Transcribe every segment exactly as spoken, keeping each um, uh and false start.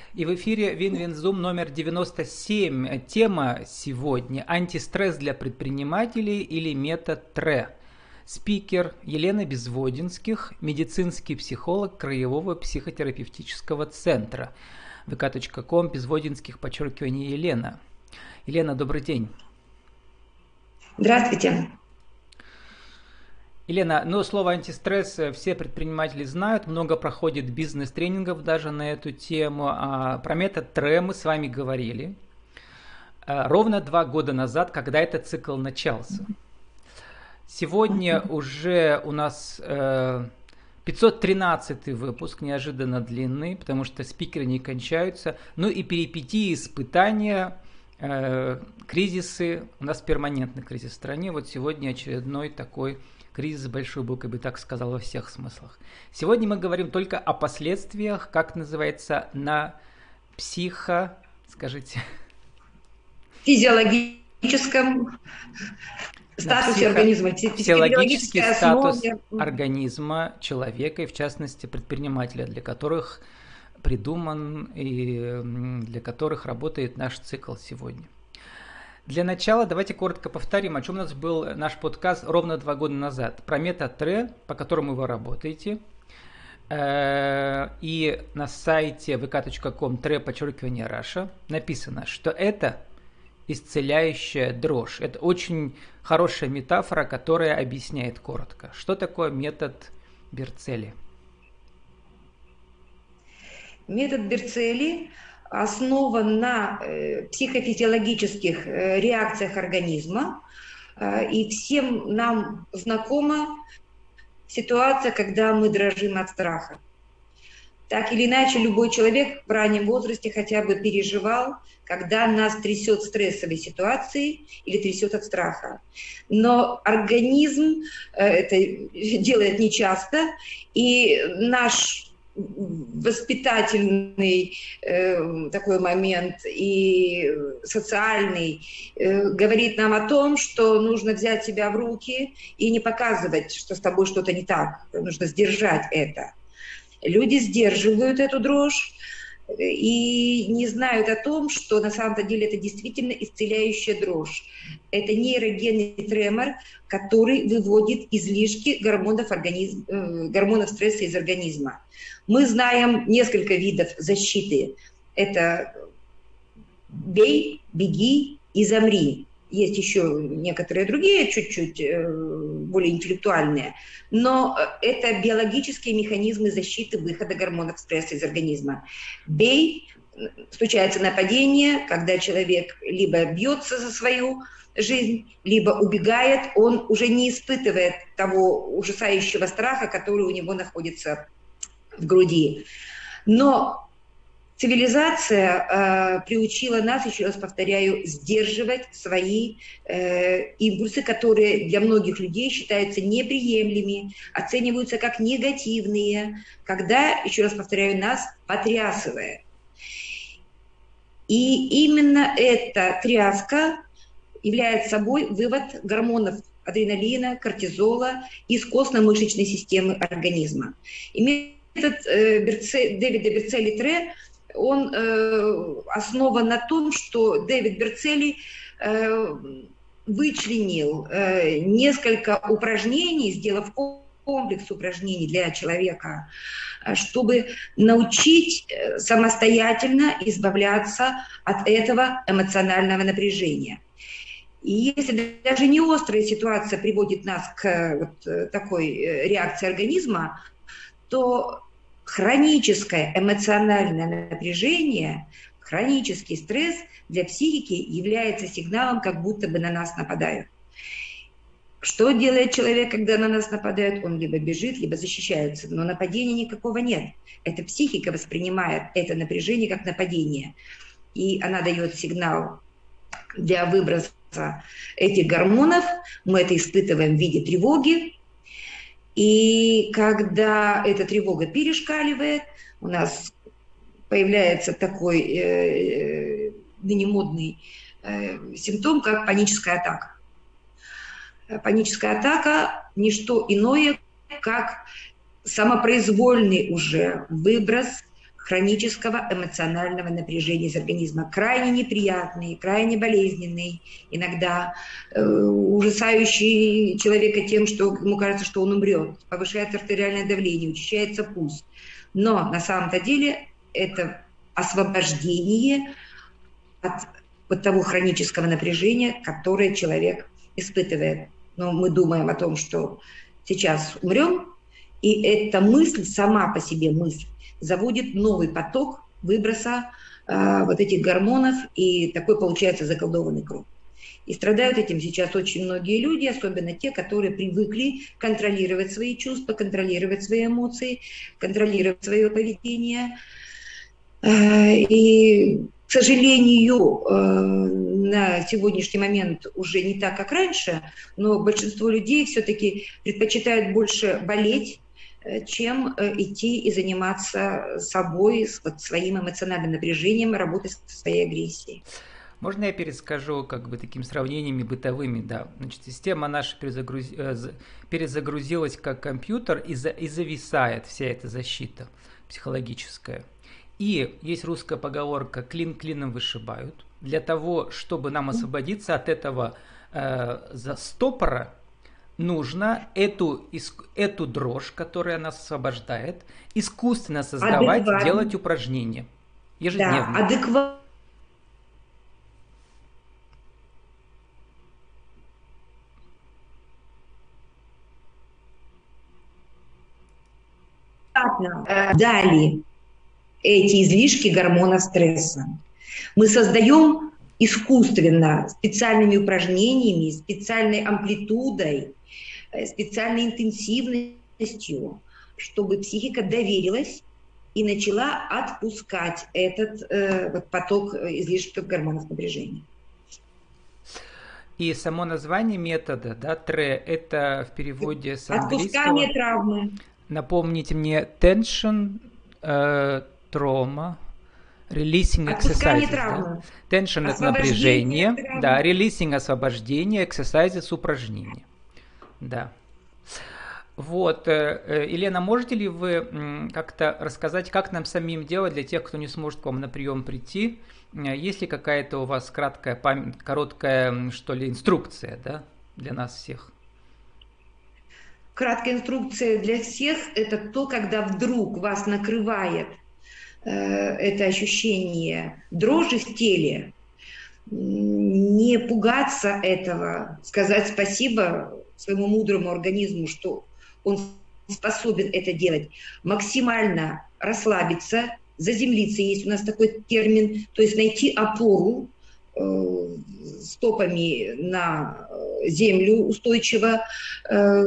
И в эфире Винвинзум номер девяносто семь. Тема сегодня – антистресс для предпринимателей или метод ТРЭ. Спикер Елена Безводинских, медицинский психолог Краевого психотерапевтического центра. вэ ка точка ком, Безводинских, подчеркивание, Елена. Елена, добрый день. Здравствуйте. Елена, ну, слово антистресс все предприниматели знают, много проходит бизнес-тренингов даже на эту тему. А про метод ТРЭ мы с вами говорили ровно два года назад, когда этот цикл начался. Сегодня уже у нас пятьсот тринадцатый выпуск, неожиданно длинный, потому что спикеры не кончаются. Ну и перипетии, испытания, кризисы. У нас перманентный кризис в стране. Вот сегодня очередной такой кризис с большой буквы, бы так сказал, во всех смыслах. Сегодня мы говорим только о последствиях, как называется, на психо... Скажите. Физиологическом статусе психо... организма. Физиологический статус организма человека, и в частности предпринимателя, для которых придуман и для которых работает наш цикл сегодня. Для начала давайте коротко повторим, о чем у нас был наш подкаст ровно два года назад. Про метод ТРЭ, по которому вы работаете. И на сайте вэ ка точка ком ТРЭ, подчеркивание, Раша написано, что это исцеляющая дрожь. Это очень хорошая метафора, которая объясняет коротко, что такое метод Берцелли. Метод Берцелли основан на э, психофизиологических э, реакциях организма, э, и всем нам знакома ситуация, когда мы дрожим от страха. Так или иначе, любой человек в раннем возрасте хотя бы переживал, когда нас трясет в стрессовой ситуации или трясет от страха. Но организм э, это делает нечасто, и наш воспитательный э, такой момент и социальный э, говорит нам о том, что нужно взять себя в руки и не показывать, что с тобой что-то не так. Нужно сдержать это. Люди сдерживают эту дрожь и не знают о том, что на самом-то деле это действительно исцеляющая дрожь. Это нейрогенный тремор, который выводит излишки гормонов, организм, э, гормонов стресса из организма. Мы знаем несколько видов защиты. Это бей, беги и замри. Есть еще некоторые другие, чуть-чуть более интеллектуальные, но это биологические механизмы защиты выхода гормонов стресса из организма. Бей, случается нападение, когда человек либо бьется за свою жизнь, либо убегает, он уже не испытывает того ужасающего страха, который у него находится в груди. Но цивилизация э, приучила нас, еще раз повторяю, сдерживать свои э, импульсы, которые для многих людей считаются неприемлемыми, оцениваются как негативные, когда, еще раз повторяю, нас потрясывает. И именно эта тряска является собой вывод гормонов адреналина, кортизола из костно-мышечной системы организма. И метод э, Берце, Дэвида Берцелли-ТРЭ, он э, основан на том, что Дэвид Берцелли э, вычленил э, несколько упражнений, сделав комплекс упражнений для человека, чтобы научить самостоятельно избавляться от этого эмоционального напряжения. И если даже не острая ситуация приводит нас к вот такой реакции организма, то хроническое эмоциональное напряжение, хронический стресс для психики является сигналом, как будто бы на нас нападают. Что делает человек, когда на нас нападают? Он либо бежит, либо защищается, но нападения никакого нет. Эта психика воспринимает это напряжение как нападение, и она дает сигнал для выброса этих гормонов. Мы это испытываем в виде тревоги. И когда эта тревога перешкаливает, у нас появляется такой э, ныне модный э, симптом, как паническая атака. Паническая атака – не что иное, как самопроизвольный уже выброс хронического эмоционального напряжения из организма. Крайне неприятный, крайне болезненный, иногда э, ужасающий человека тем, что ему кажется, что он умрет. Повышается артериальное давление, учащается пульс. Но на самом-то деле это освобождение от вот того хронического напряжения, которое человек испытывает. Но мы думаем о том, что сейчас умрем, и эта мысль, сама по себе мысль, заводит новый поток выброса э, вот этих гормонов, и такой получается заколдованный круг. И страдают этим сейчас очень многие люди, особенно те, которые привыкли контролировать свои чувства, контролировать свои эмоции, контролировать свое поведение. Э, и, к сожалению, э, на сегодняшний момент уже не так, как раньше, но большинство людей все-таки предпочитают больше болеть, чем идти и заниматься собой, вот, своим эмоциональным напряжением, работать со своей агрессией. Можно я перескажу как бы такими сравнениями бытовыми, да. Значит, система наша перезагруз... перезагрузилась как компьютер и, за... и зависает вся эта защита психологическая. И есть русская поговорка «клин клином вышибают». Для того, чтобы нам освободиться от этого э, стопора, нужно эту, эту дрожь, которая нас освобождает, искусственно создавать, адекватно. Делать упражнения ежедневно. Да, адекватно. Дали эти излишки гормонов стресса. Мы создаем искусственно, специальными упражнениями, специальной амплитудой, специальной интенсивностью, чтобы психика доверилась и начала отпускать этот э, вот поток излишков гормонов напряжения. И само название метода, да, тре, это в переводе с английского. Отпускание травмы. Напомните мне, tension, э, trauma, releasing exercises. Да? Tension – это напряжение, да, releasing – освобождение, exercises – упражнения. Да. Вот, Елена, можете ли вы как-то рассказать, как нам самим делать для тех, кто не сможет к вам на прием прийти? Есть ли какая-то у вас краткая, память, короткая, что ли, инструкция, да, для нас всех? Краткая инструкция для всех – это то, когда вдруг вас накрывает э, это ощущение дрожи в теле, не пугаться этого, сказать спасибо своему мудрому организму, что он способен это делать, максимально расслабиться, заземлиться, есть у нас такой термин, то есть найти опору э, стопами на землю устойчиво, э,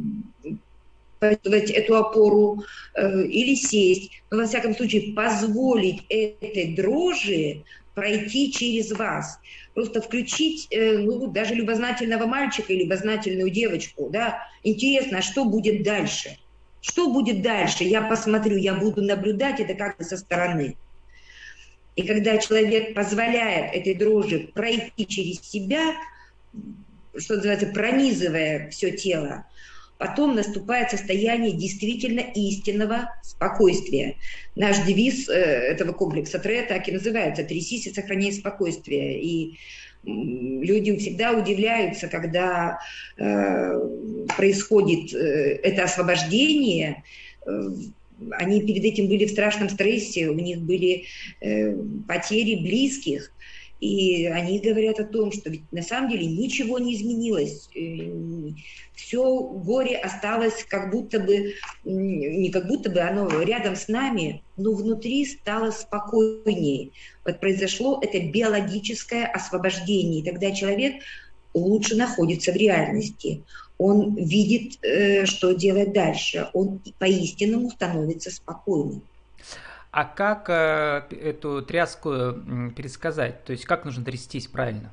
эту опору э, или сесть, но во всяком случае позволить этой дрожи пройти через вас. Просто включить, э, ну, даже любознательного мальчика или любознательную девочку, да, интересно, а что будет дальше? Что будет дальше? Я посмотрю, я буду наблюдать это как-то со стороны. И когда человек позволяет этой дрожи пройти через себя, что называется, пронизывая все тело, потом наступает состояние действительно истинного спокойствия. Наш девиз э, этого комплекса тре так и называется: «Трясись и сохраняй спокойствие». И м, люди всегда удивляются, когда э, происходит э, это освобождение. Э, они перед этим были в страшном стрессе, у них были э, потери близких. И они говорят о том, что ведь на самом деле ничего не изменилось. Все горе осталось как будто бы, не как будто бы оно рядом с нами, но внутри стало спокойнее. Вот произошло это биологическое освобождение. И тогда человек лучше находится в реальности. Он видит, что делать дальше. Он по-истинному становится спокойным. А как э, эту тряску э, пересказать? То есть как нужно трястись правильно?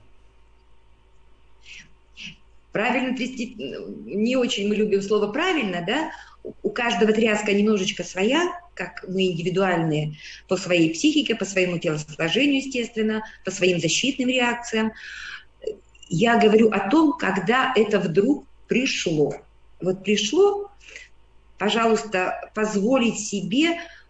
Правильно трястись, не очень мы любим слово «правильно», да? У каждого тряска немножечко своя, как мы индивидуальные, по своей психике, по своему телосложению, естественно, по своим защитным реакциям. Я говорю о том, когда это вдруг пришло. Вот пришло, пожалуйста, позволить себе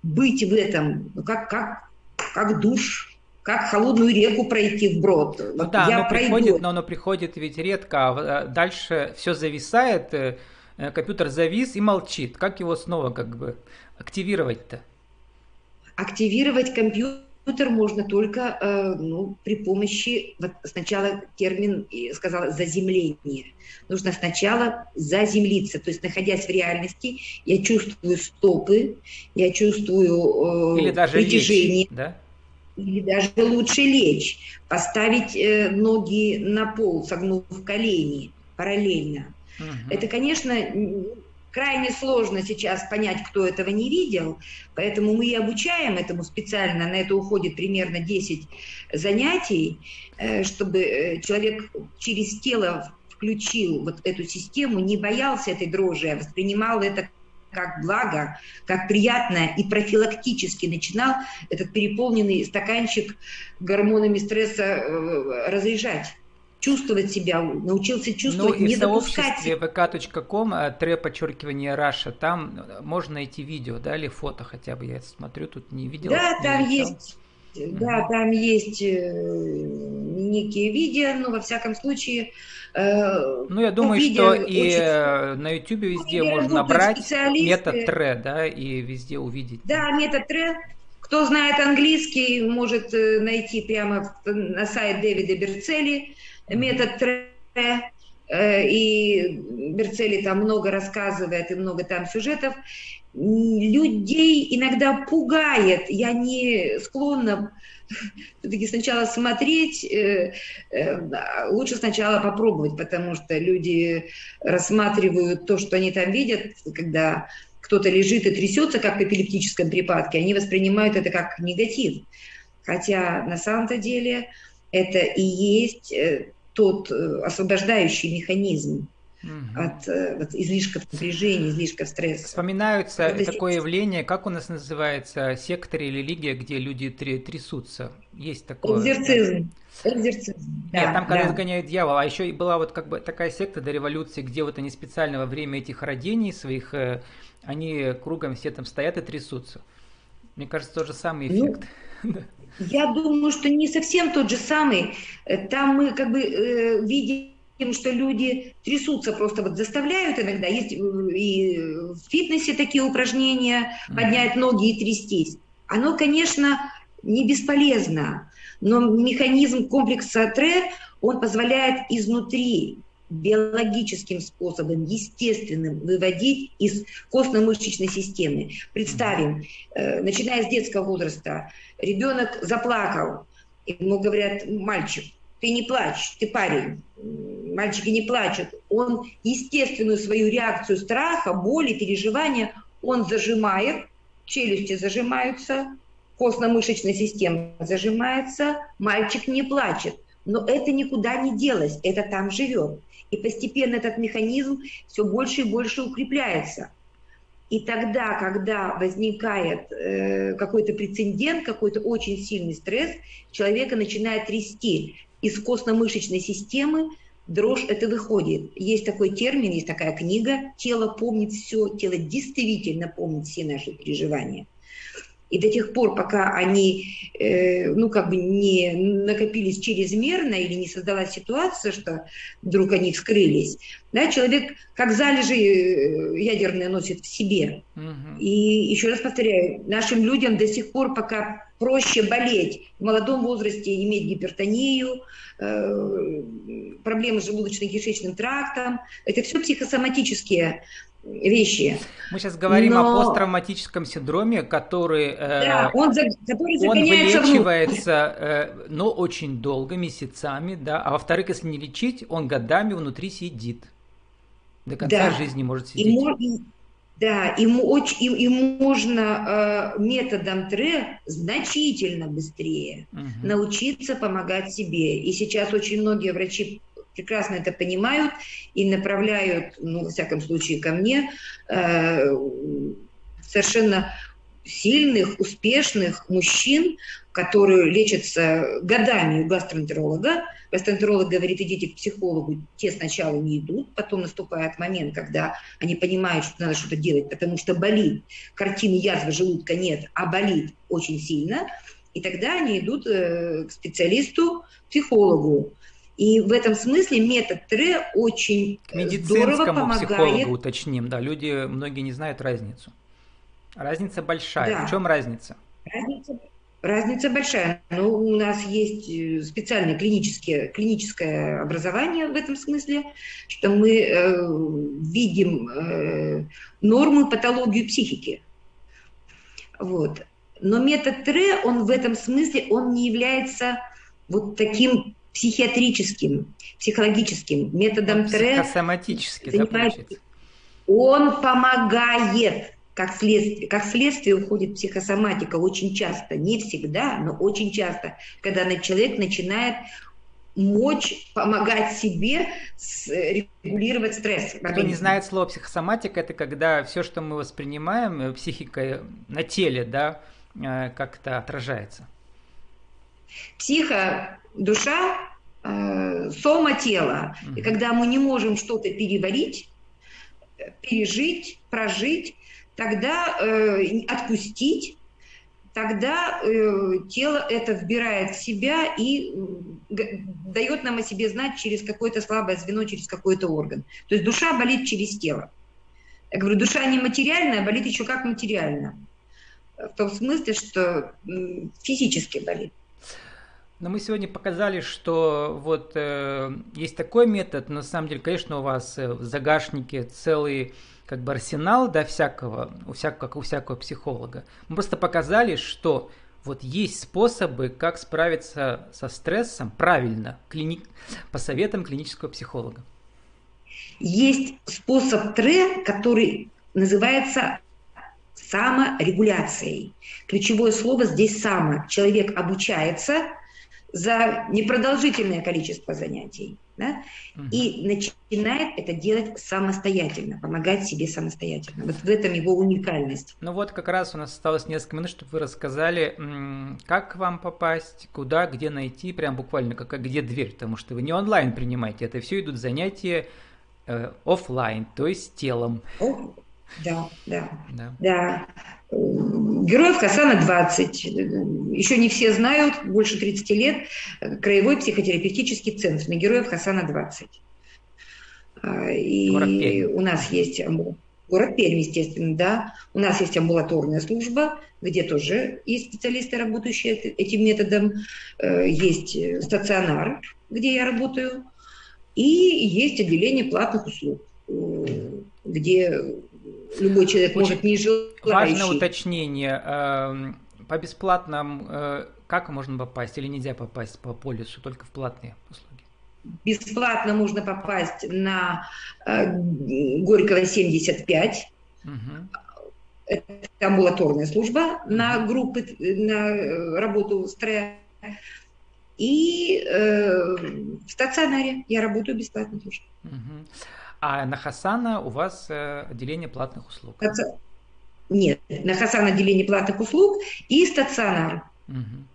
быть в этом, ну, как, как, как душ, как холодную реку пройти вброд. Ну Вот да, я оно пройду. приходит, но оно приходит ведь редко, а дальше все зависает, э, компьютер завис и молчит. Как его снова как бы активировать-то? Активировать компьютер можно только э, ну, при помощи, вот сначала термин сказала, заземление. Нужно сначала заземлиться, то есть находясь в реальности, я чувствую стопы, я чувствую Или э, даже притяжение. лечь, да? Или даже лучше лечь, поставить э, ноги на пол, согнув колени параллельно. Угу. Это, конечно, крайне сложно сейчас понять, кто этого не видел, поэтому мы и обучаем этому специально, на это уходит примерно десять занятий, чтобы человек через тело включил вот эту систему, не боялся этой дрожи, а воспринимал это как благо, как приятное, и профилактически начинал этот переполненный стаканчик гормонами стресса разряжать. Чувствовать себя, научился чувствовать, ну, и не в допускать. сообществе вэ ка точка ком, тре, подчеркивание, Раша, там можно найти видео, да, или фото хотя бы, я смотрю, тут не видел. Да, не там изучал. есть, угу. Да, там есть некие видео, но во всяком случае... Э, ну, я думаю, что и очень... на YouTube везде можно набрать метод тре, да, и везде увидеть. Да, метод тре. Кто знает английский, может найти прямо на сайт Дэвида Берцелли метод тре, и Берцелли там много рассказывает, и много там сюжетов. Людей иногда пугает, я не склонна все-таки сначала смотреть, лучше сначала попробовать, потому что люди рассматривают то, что они там видят, когда кто-то лежит и трясется, как в эпилептическом припадке, они воспринимают это как негатив. Хотя на самом-то деле это и есть тот освобождающий механизм угу. от, от излишков напряжения, излишков стресса. Вспоминаются это такое явление, как у нас называется, секта или религия, где люди трясутся. Есть такое. Экзорцизм. Экзорцизм. Нет, да, там когда да. изгоняют дьявола. А еще и была вот как бы такая секта до революции, где вот они специально во время этих родений своих, они кругом все там стоят и трясутся. Мне кажется, тот же самый эффект. Ну, я думаю, что не совсем тот же самый. Там мы как бы э, видим, что люди трясутся, просто вот заставляют иногда. Есть и в фитнесе такие упражнения, поднять ноги и трястись. Оно, конечно, не бесполезно, но механизм комплекса тре, он позволяет изнутри биологическим способом, естественным, выводить из костно-мышечной системы. Представим, э, начиная с детского возраста, ребенок заплакал, ему говорят: мальчик, ты не плачь, ты парень, мальчики не плачут. Он естественную свою реакцию страха, боли, переживания, он зажимает, челюсти зажимаются, костно-мышечная система зажимается, мальчик не плачет. Но это никуда не делось, это там живет. И постепенно этот механизм все больше и больше укрепляется. И тогда, когда возникает э, какой-то прецедент, какой-то очень сильный стресс, человека начинает трясти. Из костно-мышечной системы дрожь это выходит. Есть такой термин, есть такая книга «Тело помнит все», тело действительно помнит все наши переживания. И до тех пор, пока они, э, ну, как бы не накопились чрезмерно или не создалась ситуация, что вдруг они вскрылись, да, человек как залежи ядерные носит в себе. Uh-huh. И еще раз повторяю, нашим людям до сих пор пока проще болеть в молодом возрасте, иметь гипертонию, э, проблемы с желудочно-кишечным трактом. Это все психосоматические вещи. Мы сейчас говорим Но... о посттравматическом синдроме, который, да, э, он, за... который он вылечивается, э, но очень долго, месяцами, да, а во-вторых, если не лечить, он годами внутри сидит. До конца да. жизни может сидеть. И, и, да, и, и, и можно э, методом тре значительно быстрее угу. научиться помогать себе. И сейчас очень многие врачи прекрасно это понимают и направляют, ну, во всяком случае, ко мне, э, совершенно сильных, успешных мужчин, которые лечатся годами у гастроэнтеролога. Гастроэнтеролог говорит, идите к психологу. Те сначала не идут, потом наступает момент, когда они понимают, что надо что-то делать, потому что болит. Картины язвы желудка нет, а болит очень сильно. И тогда они идут к специалисту, психологу. И в этом смысле метод ТРЭ очень здорово помогает. Психологу уточним, да, люди, многие не знают разницу. Разница большая. Да. В чем разница? Разница, разница большая. Ну, у нас есть специальное клиническое, клиническое образование в этом смысле, что мы э, видим э, норму, патологию психики. Вот. Но метод ТРЭ, он в этом смысле, он не является вот таким психиатрическим, психологическим методом ТРЭ. Психосоматический, да, получается? Он помогает. Как следствие, как следствие уходит психосоматика очень часто, не всегда, но очень часто, когда человек начинает мочь помогать себе регулировать стресс. Кто не знает слова психосоматика, это когда все, что мы воспринимаем психикой на теле, да, как-то отражается. Психо, душа, сома, тело. Mm-hmm. И когда мы не можем что-то переварить, пережить, прожить, тогда э, отпустить, тогда э, тело это вбирает в себя и э, дает нам о себе знать через какое-то слабое звено, через какой-то орган. То есть душа болит через тело. Я говорю, душа не материальная, болит еще как материально. В том смысле, что э, физически болит. Но мы сегодня показали, что вот э, есть такой метод, но на самом деле, конечно, у вас в загашнике целый как бы арсенал, да, всякого, у всякого, как у всякого психолога. Мы просто показали, что вот есть способы, как справиться со стрессом правильно, клини... по советам клинического психолога. Есть способ ТРЭ, который называется саморегуляцией. Ключевое слово здесь «само». Человек обучается за непродолжительное количество занятий, да, угу. и начинает это делать самостоятельно, помогать себе самостоятельно. Вот в этом его уникальность. Ну вот как раз у нас осталось несколько минут, чтобы вы рассказали, как к вам попасть, куда, где найти, прям буквально как, где дверь, потому что вы не онлайн принимаете, это все идут занятия э, офлайн, то есть телом. О, да, да, да. да. Героев Хасана двадцать. Еще не все знают, больше тридцати лет, краевой психотерапевтический центр на Героев Хасана двадцать. И у нас есть город Пермь, естественно, да. У нас есть амбулаторная служба, где тоже есть специалисты, работающие этим методом. Есть стационар, где я работаю. И есть отделение платных услуг, где любой человек Очень может не желающий. Важное уточнение. По бесплатным как можно попасть или нельзя попасть по полису, только в платные услуги? Бесплатно можно попасть на Горького семьдесят пять. Угу. Это амбулаторная служба угу. на группы, на работу с ТРЭ. И э, в стационаре я работаю бесплатно тоже. Угу. А на Хасана у вас э, отделение платных услуг? Нет, на Хасана отделение платных услуг и стационар. Угу.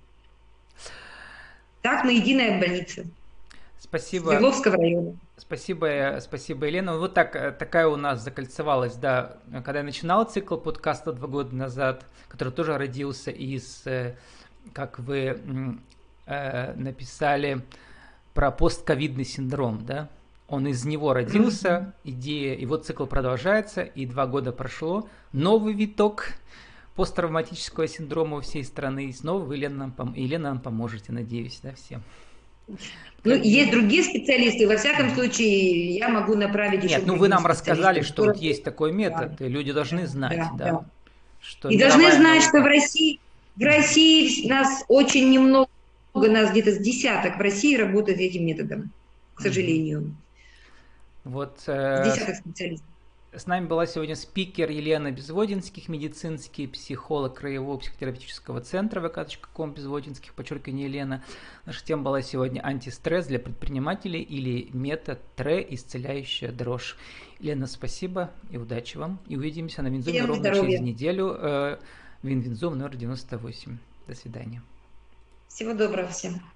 Так, мы единая больница. Спасибо. Свердловского района. Спасибо, спасибо, Елена. Вот так, такая у нас закольцевалась, да, когда я начинал цикл подкаста два года назад, который тоже родился из, как вы э, написали, про постковидный синдром, да. Он из него родился, mm-hmm. идея, и вот цикл продолжается, и два года прошло. Новый виток посттравматического синдрома у всей страны. И снова вы, Елена, нам, Елена, нам поможете, надеюсь, да, всем. Ну, есть другие специалисты, во всяком случае, я могу направить еще... Нет, ну вы нам рассказали, что вот есть такой метод, да. и люди должны знать, да. да, да. Что и должны знать, наука... что в России, в России нас очень немного, нас где-то с десяток в России работает этим методом, к сожалению. Mm-hmm. Вот э, с нами была сегодня спикер Елена Безводинских, медицинский психолог Краевого психотерапевтического центра вэ ка точка ком, Безводинских, подчеркивание Елена. Наша тема была сегодня антистресс для предпринимателей или метод ТРЭ, исцеляющая дрожь. Елена, спасибо и удачи вам. И увидимся на Винзуме ровно через неделю. Винвинзум номер девяносто восемь. До свидания. Всего доброго всем.